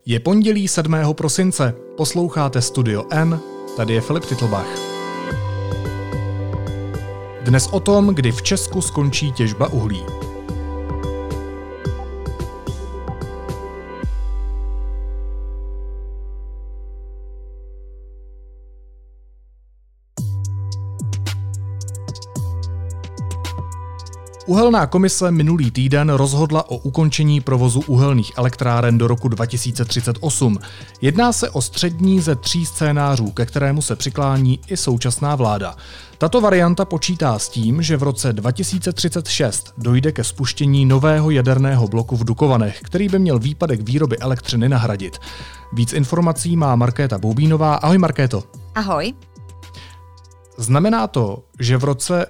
Je pondělí 7. prosince, posloucháte Studio N, tady je Filip Titlbach. Dnes o tom, kdy v Česku skončí těžba uhlí. Uhelná komise minulý týden rozhodla o ukončení provozu uhelných elektráren do roku 2038. Jedná se o střední ze 3 scénářů, ke kterému se přiklání i současná vláda. Tato varianta počítá s tím, že v roce 2036 dojde ke spuštění nového jaderného bloku v Dukovanech, který by měl výpadek výroby elektřiny nahradit. Víc informací má Markéta Boubínová. Ahoj Markéto. Ahoj. Znamená to, že v roce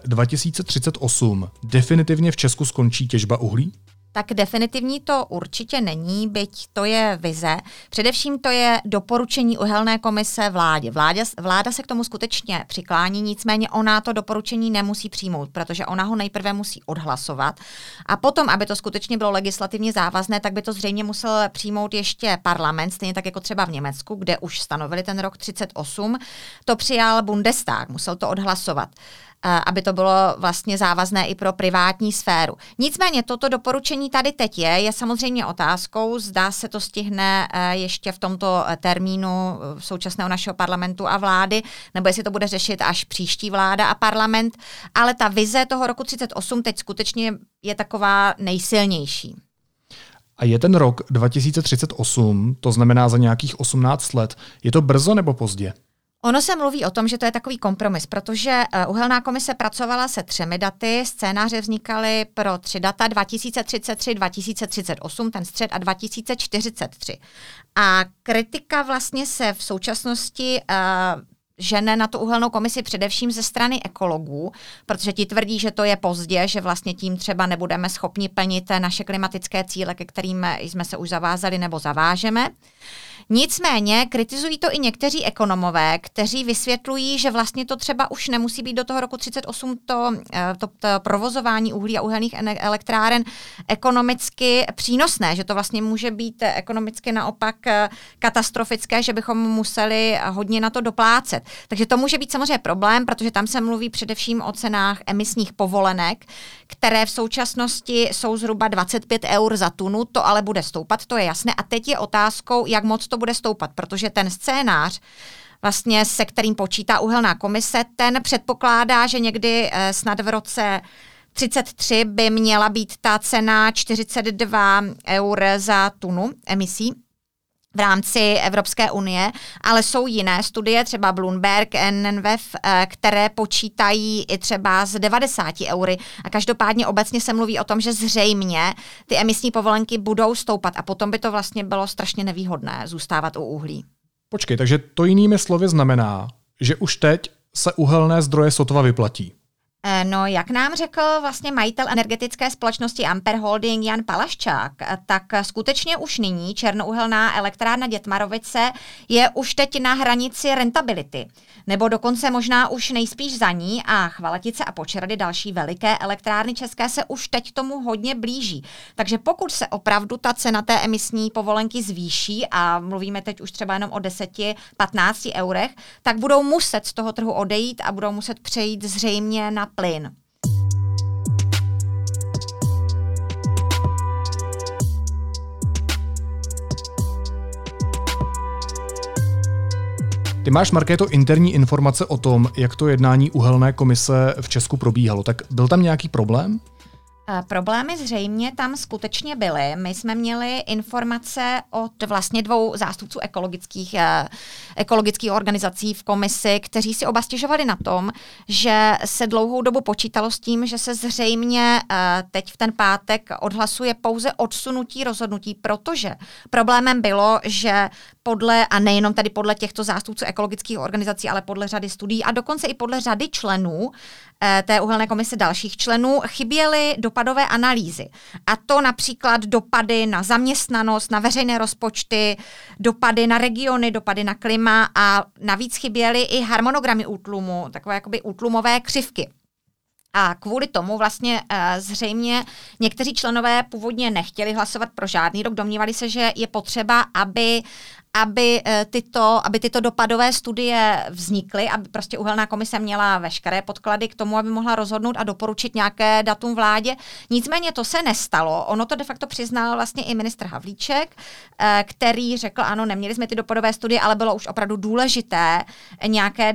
2038 definitivně v Česku skončí těžba uhlí? Tak definitivní to určitě není, byť to je vize. Především to je doporučení uhelné komise vládě. Vláda se k tomu skutečně přiklání, nicméně ona to doporučení nemusí přijmout, protože ona ho nejprve musí odhlasovat. A potom, aby to skutečně bylo legislativně závazné, tak by to zřejmě musel přijmout ještě parlament, stejně tak jako třeba v Německu, kde už stanovili ten rok 38. To přijal Bundestag, musel to odhlasovat, aby to bylo vlastně závazné i pro privátní sféru. Nicméně toto doporučení tady teď je samozřejmě otázkou, zda se to stihne ještě v tomto termínu současného našeho parlamentu a vlády, nebo jestli to bude řešit až příští vláda a parlament, ale ta vize toho roku 38 teď skutečně je taková nejsilnější. A je ten rok 2038, to znamená za nějakých 18 let, je to brzo nebo pozdě? Ono se mluví o tom, že to je takový kompromis, protože uhelná komise pracovala se 3 daty, scénáře vznikaly pro 3 data, 2033, 2038, ten střed a 2043. A kritika vlastně se v současnosti žene na tu uhelnou komisi především ze strany ekologů, protože ti tvrdí, že to je pozdě, že vlastně tím třeba nebudeme schopni plnit naše klimatické cíle, ke kterým jsme se už zavázali nebo zavážeme. Nicméně kritizují to i někteří ekonomové, kteří vysvětlují, že vlastně to třeba už nemusí být do toho roku 38 to provozování uhlí a uhelných elektráren ekonomicky přínosné, že to vlastně může být ekonomicky naopak katastrofické, že bychom museli hodně na to doplácet. Takže to může být samozřejmě problém, protože tam se mluví především o cenách emisních povolenek, které v současnosti jsou zhruba 25 eur za tunu, to ale bude stoupat, to je jasné. A teď je otázkou, jak moc to bude stoupat, protože ten scénář, vlastně se kterým počítá uhelná komise, ten předpokládá, že někdy snad v roce 33 by měla být ta cena 42 eur za tunu emisí v rámci Evropské unie, ale jsou jiné studie, třeba Bloomberg, NNWF, které počítají i třeba z 90 eury. A každopádně obecně se mluví o tom, že zřejmě ty emisní povolenky budou stoupat a potom by to vlastně bylo strašně nevýhodné zůstávat u uhlí. Počkej, takže to jinými slovy znamená, že už teď se uhelné zdroje sotva vyplatí. No, jak nám řekl vlastně majitel energetické společnosti Amper Holding Jan Palaščák, tak skutečně už nyní černouhelná elektrárna Dětmarovice je už teď na hranici rentability. Nebo dokonce možná už nejspíš za ní a Chvaletice a Počerady, další veliké elektrárny české, se už teď tomu hodně blíží. Takže pokud se opravdu ta cena té emisní povolenky zvýší, a mluvíme teď už třeba jenom o 10-15 eurech, tak budou muset z toho trhu odejít a budou muset přejít zřejmě na plyn. Ty máš, Markéto, interní informace o tom, jak to jednání uhelné komise v Česku probíhalo. Tak byl tam nějaký problém? Problémy zřejmě tam skutečně byly. My jsme měli informace od vlastně 2 zástupců ekologických organizací v komisi, kteří si oba stěžovali na tom, že se dlouhou dobu počítalo s tím, že se zřejmě teď v ten pátek odhlasuje pouze odsunutí rozhodnutí, protože problémem bylo, že a nejenom tady podle těchto zástupců ekologických organizací, ale podle řady studií a dokonce i podle řady členů té uhelné komise dalších členů chyběly dopadové analýzy. A to například dopady na zaměstnanost, na veřejné rozpočty, dopady na regiony, dopady na klima a navíc chyběly i harmonogramy útlumu, takové jakoby útlumové křivky. A kvůli tomu vlastně zřejmě někteří členové původně nechtěli hlasovat pro žádný rok, domnívali se, že je potřeba, aby tyto dopadové studie vznikly, aby prostě uhelná komise měla veškeré podklady k tomu, aby mohla rozhodnout a doporučit nějaké datum vládě. Nicméně to se nestalo. Ono to de facto přiznal vlastně i ministr Havlíček, který řekl, ano, neměli jsme ty dopadové studie, ale bylo už opravdu důležité nějaké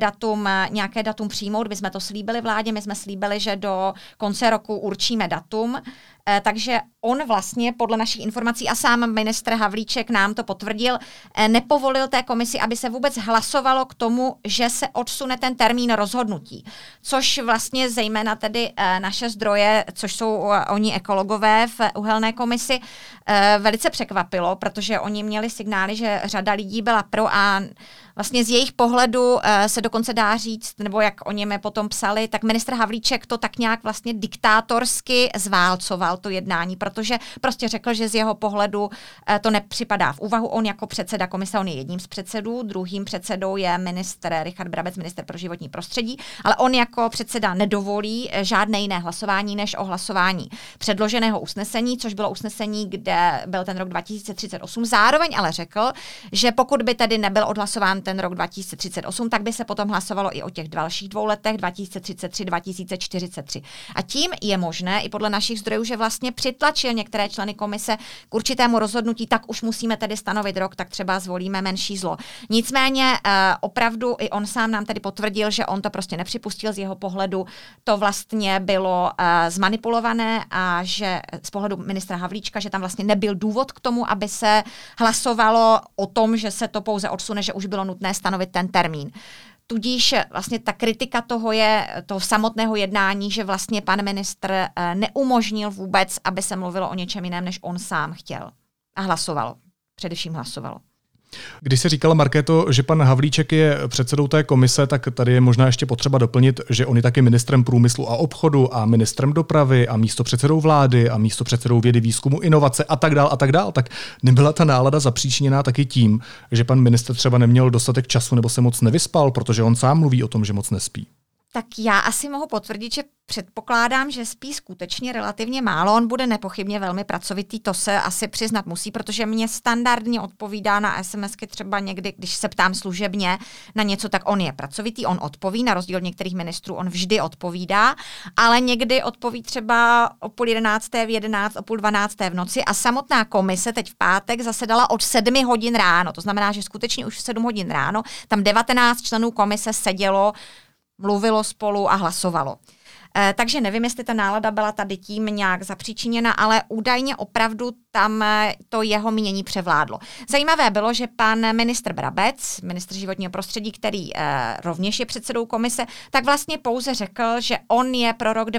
datum přijmout. My jsme to slíbili vládě, my jsme slíbili, že do konce roku určíme datum. Takže on vlastně podle našich informací a sám ministr Havlíček nám to potvrdil, nepovolil té komisi, aby se vůbec hlasovalo k tomu, že se odsune ten termín rozhodnutí. Což vlastně zejména tedy naše zdroje, což jsou oni ekologové v uhelné komisi, velice překvapilo, protože oni měli signály, že řada lidí byla pro a vlastně z jejich pohledu se dokonce dá říct, nebo jak oni mi potom psali, tak ministr Havlíček to tak nějak vlastně diktátorsky zválcoval to jednání, protože prostě řekl, že z jeho pohledu to nepřipadá v úvahu. On jako předseda komise, on je jedním z předsedů, druhým předsedou je ministr Richard Brabec, ministr pro životní prostředí, ale on jako předseda nedovolí žádné jiné hlasování, než o hlasování předloženého usnesení, což bylo usnesení, kde byl ten rok 2038. Zároveň ale řekl, že pokud by tedy nebyl odhlasován ten rok 2038, tak by se potom hlasovalo i o těch dalších 2 letech, 2033, 2043. A tím je možné, i podle našich zdrojů, že vlastně přitlačil některé členy komise k určitému rozhodnutí, tak už musíme tedy stanovit rok, tak třeba zvolíme menší zlo. Nicméně opravdu i on sám nám tedy potvrdil, že on to prostě nepřipustil, z jeho pohledu to vlastně bylo zmanipulované a že z pohledu ministra Havlíčka, že tam vlastně nebyl důvod k tomu, aby se hlasovalo o tom, že se to pouze odsune, že už bylo nutné stanovit ten termín. Tudíž vlastně ta kritika toho samotného jednání, že vlastně pan ministr neumožnil vůbec, aby se mluvilo o něčem jiném, než on sám chtěl. A především hlasovalo. Když se říkala, Markéto, že pan Havlíček je předsedou té komise, tak tady je možná ještě potřeba doplnit, že on je taky ministrem průmyslu a obchodu a ministrem dopravy a místopředsedou vlády a místopředsedou vědy, výzkumu, inovace a tak dál. Tak nebyla ta nálada zapříčiněná taky tím, že pan ministr třeba neměl dostatek času nebo se moc nevyspal, protože on sám mluví o tom, že moc nespí? Tak já asi mohu potvrdit, že předpokládám, že spí skutečně relativně málo. On bude nepochybně velmi pracovitý, to se asi přiznat musí, protože mě standardně odpovídá na SMSky třeba někdy, když se ptám služebně na něco, tak on je pracovitý, on odpoví, na rozdíl od některých ministrů, on vždy odpovídá, ale někdy odpoví třeba o 10:30, v 11, o 11:30 v noci a samotná komise teď v pátek zasedala od 7 hodin ráno, to znamená, že skutečně už v 7 hodin ráno tam 19 členů komise sedělo, mluvilo spolu a hlasovalo. Takže nevím, jestli ta nálada byla tady tím nějak zapříčiněna, ale údajně opravdu tam to jeho mínění převládlo. Zajímavé bylo, že pan ministr Brabec, ministr životního prostředí, který rovněž je předsedou komise, tak vlastně pouze řekl, že on je pro rok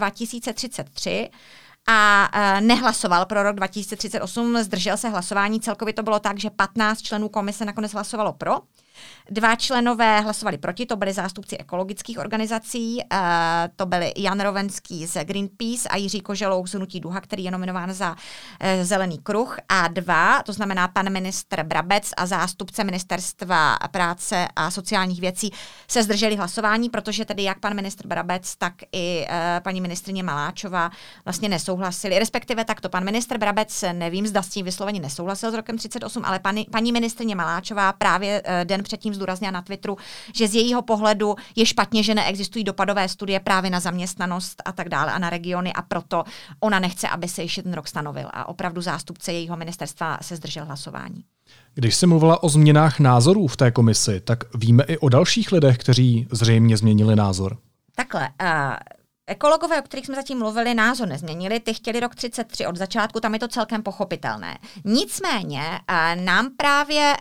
2033 a nehlasoval pro rok 2038, zdržel se hlasování. Celkově to bylo tak, že 15 členů komise nakonec hlasovalo pro. 2 členové hlasovali proti, to byli zástupci ekologických organizací, to byli Jan Rovenský z Greenpeace a Jiří Koželouk z Hnutí Duha, který je nominován za Zelený kruh, a 2, to znamená pan ministr Brabec a zástupce Ministerstva práce a sociálních věcí se zdrželi hlasování, protože tedy jak pan ministr Brabec, tak i paní ministryně Maláčová vlastně nesouhlasili, respektive takto pan ministr Brabec, nevím, zda s tím vysloveně nesouhlasil s rokem 38, ale paní ministryně Maláčová právě den předtím zdůraznila na Twitteru, že z jejího pohledu je špatně, že neexistují dopadové studie právě na zaměstnanost a tak dále a na regiony a proto ona nechce, aby se ještě ten rok stanovil a opravdu zástupce jejího ministerstva se zdržel hlasování. Když se mluvila o změnách názorů v té komisi, tak víme i o dalších lidech, kteří zřejmě změnili názor. Takhle, ekologové, o kterých jsme zatím mluvili, názor nezměnili, ty chtěli rok 33 od začátku, tam je to celkem pochopitelné. Nicméně nám právě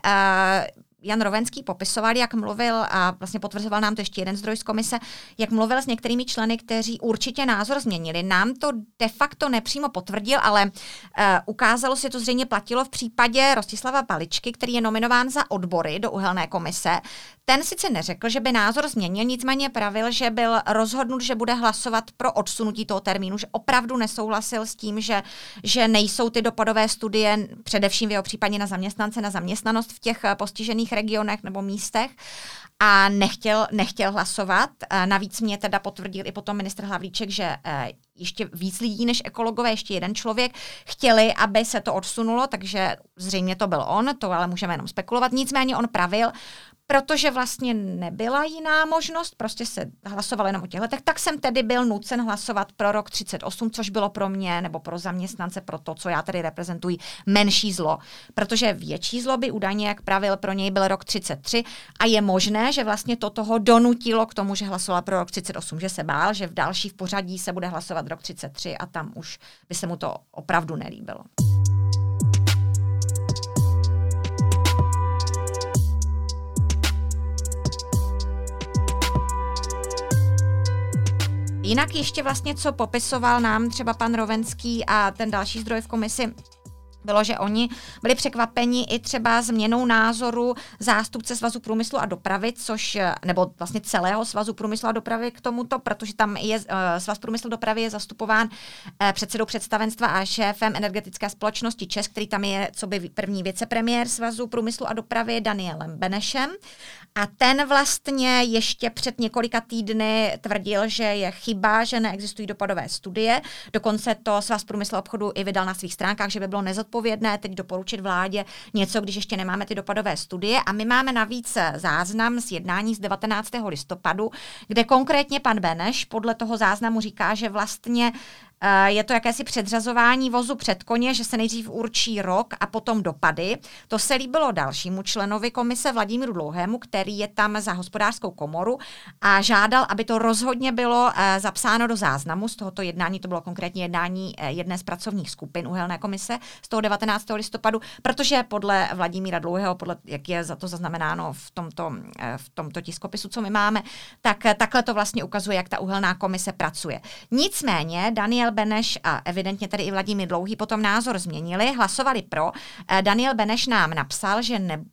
Jan Rovenský popisoval, jak mluvil, a vlastně potvrzoval nám to ještě jeden zdroj z komise, jak mluvil s některými členy, kteří určitě názor změnili. Nám to de facto nepřímo potvrdil, ale ukázalo se, to zřejmě platilo v případě Rostislava Baličky, který je nominován za odbory do uhelné komise, Ten sice neřekl, že by názor změnil, nicméně pravil, že byl rozhodnut, že bude hlasovat pro odsunutí toho termínu, že opravdu nesouhlasil s tím, že nejsou ty dopadové studie, především v jeho případě na zaměstnance, na zaměstnanost v těch postižených regionech nebo místech, a nechtěl hlasovat. Navíc mě teda potvrdil i potom ministr Havlíček, že ještě víc lidí než ekologové, ještě jeden člověk, chtěli, aby se to odsunulo, takže zřejmě to byl on, to ale můžeme jenom spekulovat. Nicméně on pravil, protože vlastně nebyla jiná možnost, prostě se hlasovalo jenom o těch letech, tak jsem tedy byl nucen hlasovat pro rok 38, což bylo pro mě, nebo pro zaměstnance, pro to, co já tady reprezentuji, menší zlo. Protože větší zlo by údajně, jak pravil, pro něj byl rok 33 a je možné, že vlastně to toho donutilo k tomu, že hlasoval pro rok 38, že se bál, že v další v pořadí se bude hlasovat rok 33 a tam už by se mu to opravdu nelíbilo. Jinak ještě vlastně, co popisoval nám třeba pan Rovenský a ten další zdroj v komisi, bylo, že oni byli překvapeni i třeba změnou názoru zástupce Svazu průmyslu a dopravy, nebo vlastně celého Svazu průmyslu a dopravy k tomuto, protože tam je Svaz průmyslu a dopravy je zastupován předsedou představenstva a šéfem energetické společnosti ČEZ, který tam je co by první vicepremiér Svazu průmyslu a dopravy Danielem Benešem. A ten vlastně ještě před několika týdny tvrdil, že je chyba, že neexistují dopadové studie. Dokonce to Svaz průmyslu a obchodu i vydal na svých stránkách, že by bylo nezodpovědné teď doporučit vládě něco, když ještě nemáme ty dopadové studie. A my máme navíc záznam z jednání z 19. listopadu, kde konkrétně pan Beneš podle toho záznamu říká, že vlastně je to jakési předřazování vozu před koně, že se nejdřív určí rok a potom dopady. To se líbilo dalšímu členovi komise Vladimíru Dlouhému, který je tam za Hospodářskou komoru a žádal, aby to rozhodně bylo zapsáno do záznamu z tohoto jednání. To bylo konkrétně jednání jedné z pracovních skupin Uhelné komise z toho 19. listopadu, protože podle Vladimíra Dlouhého, podle jak je za to zaznamenáno v tomto tiskopisu, co my máme, tak takhle to vlastně ukazuje, jak ta Uhelná komise pracuje. Nicméně Daniel Beneš a evidentně tady i Vladimír Dlouhý potom názor změnili, hlasovali pro. Daniel Beneš nám napsal,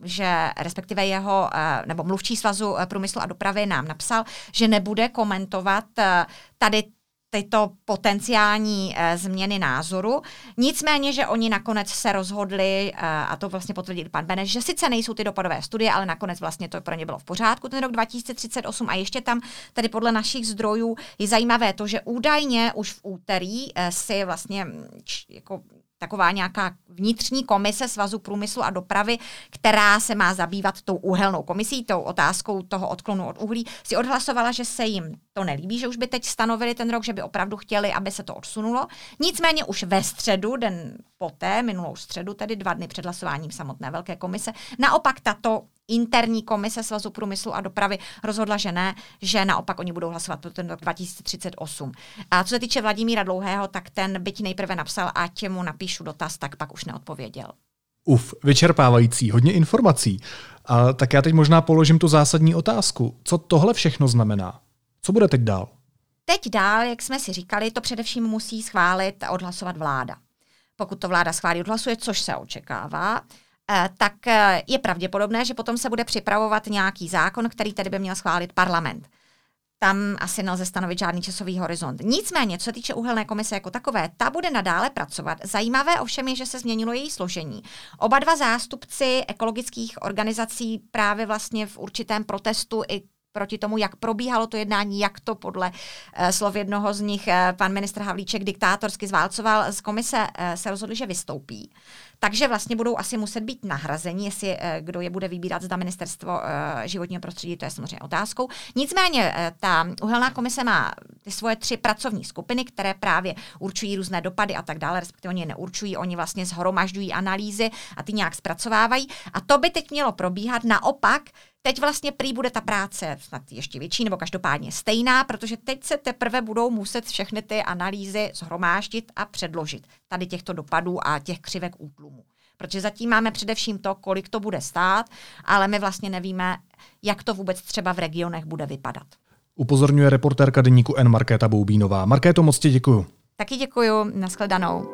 že respektive jeho, nebo mluvčí Svazu průmyslu a dopravy nám napsal, že nebude komentovat tady tyto potenciální změny názoru. Nicméně, že oni nakonec se rozhodli, a to vlastně potvrdil pan Beneš, že sice nejsou ty dopadové studie, ale nakonec vlastně to pro ně bylo v pořádku ten rok 2038 a ještě tam tady podle našich zdrojů je zajímavé to, že údajně už v úterý si vlastně jako taková nějaká vnitřní komise Svazu průmyslu a dopravy, která se má zabývat tou uhelnou komisí, tou otázkou toho odklonu od uhlí, si odhlasovala, že se jim to nelíbí, že už by teď stanovili ten rok, že by opravdu chtěli, aby se to odsunulo. Nicméně už ve středu, den poté, minulou středu, tedy 2 dny před hlasováním samotné velké komise, naopak tato interní komise Svazu průmyslu a dopravy rozhodla, že ne, že naopak oni budou hlasovat pro ten rok 2038. A co se týče Vladimíra Dlouhého, tak ten byť nejprve napsal, ať mu napíšu dotaz, tak pak už neodpověděl. Vyčerpávající, hodně informací. Tak já teď možná položím tu zásadní otázku. Co tohle všechno znamená? Co bude teď dál? Teď dál, jak jsme si říkali, to především musí schválit a odhlasovat vláda. Pokud to vláda schválí, odhlasuje, což se očekává, tak je pravděpodobné, že potom se bude připravovat nějaký zákon, který tedy by měl schválit parlament. Tam asi nelze stanovit žádný časový horizont. Nicméně, co se týče uhelné komise jako takové, ta bude nadále pracovat. Zajímavé ovšem je, že se změnilo její složení. Oba dva zástupci ekologických organizací právě vlastně v určitém protestu i proti tomu, jak probíhalo to jednání, jak to podle slov jednoho z nich pan ministr Havlíček diktátorsky zválcoval z komise, se rozhodli, že vystoupí. Takže vlastně budou asi muset být nahrazeni, jestli kdo je bude vybírat, zda ministerstvo životního prostředí, to je samozřejmě otázkou. Nicméně ta uhelná komise má ty svoje 3 pracovní skupiny, které právě určují různé dopady a tak dále, respektive oni je neurčují, oni vlastně shromažďují analýzy a ty nějak zpracovávají. A to by teď mělo probíhat naopak. Teď vlastně prý bude ta práce snad ještě větší nebo každopádně stejná, protože teď se teprve budou muset všechny ty analýzy shromáždit a předložit tady těchto dopadů a těch křivek útlumu. Protože zatím máme především to, kolik to bude stát, ale my vlastně nevíme, jak to vůbec třeba v regionech bude vypadat. Upozorňuje reportérka deníku N Markéta Boubínová. Markéto, moc ti děkuju. Taky děkuju, nashledanou.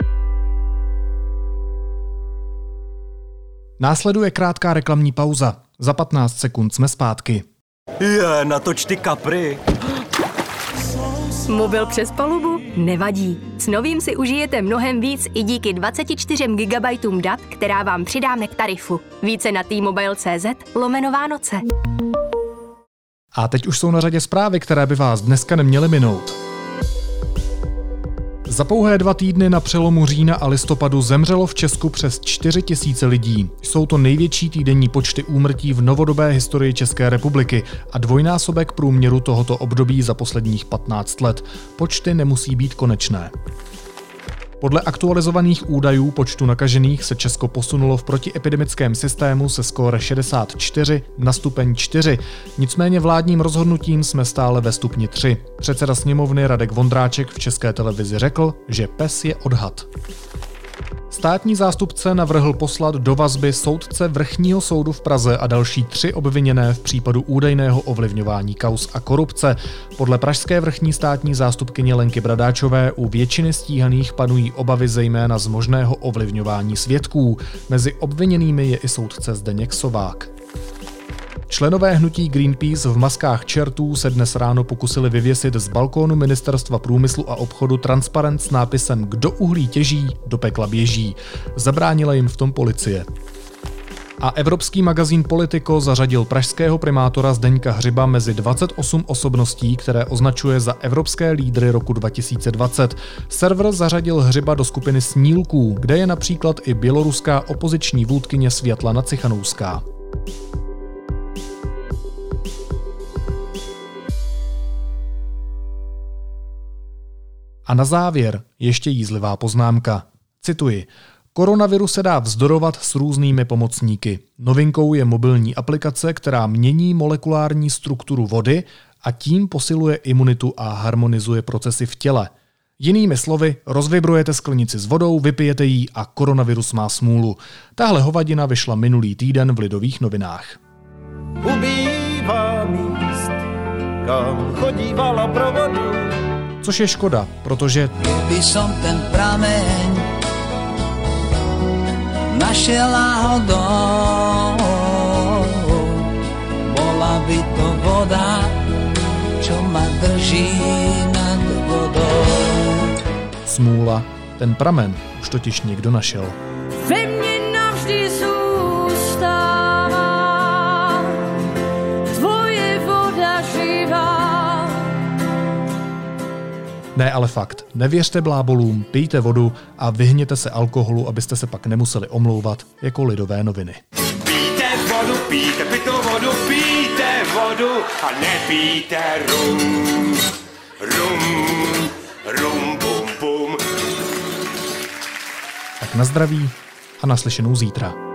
Následuje krátká reklamní pauza. Za 15 sekund jsme zpátky. Natoč ty kapry. Mobil přes palubu? Nevadí. S novým si užijete mnohem víc i díky 24 GB dat, která vám přidáme k tarifu. Více na t-mobile.cz/Vánoce. A teď už jsou na řadě zprávy, které by vás dneska neměly minout. Za pouhé 2 týdny na přelomu října a listopadu zemřelo v Česku přes 4 000 lidí. Jsou to největší týdenní počty úmrtí v novodobé historii České republiky a dvojnásobek průměru tohoto období za posledních 15 let. Počty nemusí být konečné. Podle aktualizovaných údajů počtu nakažených se Česko posunulo v protiepidemickém systému se skóre 64 na stupeň 4. Nicméně vládním rozhodnutím jsme stále ve stupni 3. Předseda sněmovny Radek Vondráček v České televizi řekl, že PES je odhad. Státní zástupce navrhl poslat do vazby soudce Vrchního soudu v Praze a další 3 obviněné v případu údajného ovlivňování kauz a korupce. Podle pražské vrchní státní zástupkyně Lenky Bradáčové u většiny stíhaných panují obavy zejména z možného ovlivňování svědků. Mezi obviněnými je i soudce Zdeněk Sovák. Členové hnutí Greenpeace v maskách čertů se dnes ráno pokusili vyvěsit z balkónu Ministerstva průmyslu a obchodu transparent s nápisem Kdo uhlí těží, do pekla běží. Zabránila jim v tom policie. A evropský magazín Politico zařadil pražského primátora Zdeňka Hřiba mezi 28 osobností, které označuje za evropské lídry roku 2020. Server zařadil Hřiba do skupiny snílků, kde je například i běloruská opoziční vůdkyně Světlana Cichanouská. A na závěr ještě jízlivá poznámka. Cituji. Koronaviru se dá vzdorovat s různými pomocníky. Novinkou je mobilní aplikace, která mění molekulární strukturu vody a tím posiluje imunitu a harmonizuje procesy v těle. Jinými slovy, rozvibrujete sklenici s vodou, vypijete ji a koronavirus má smůlu. Tahle hovadina vyšla minulý týden v Lidových novinách. Ubývá míst, kam chodívala pro vodu. Což je škoda, protože kdyby som ten prameň našel náhodou, bola by to voda, čo ma drží nad vodou. smůla, ten pramen už totiž někdo našel. Ve mně navždy zůstává tvoje voda živá. Ne, ale fakt, nevěřte blábolům, pijte vodu a vyhněte se alkoholu, abyste se pak nemuseli omlouvat jako Lidové noviny. Pijte vodu, pijte pitou vodu, pijte vodu a nepijte rum. Rum, rum, bum, bum. Tak na zdraví a naslyšenou zítra.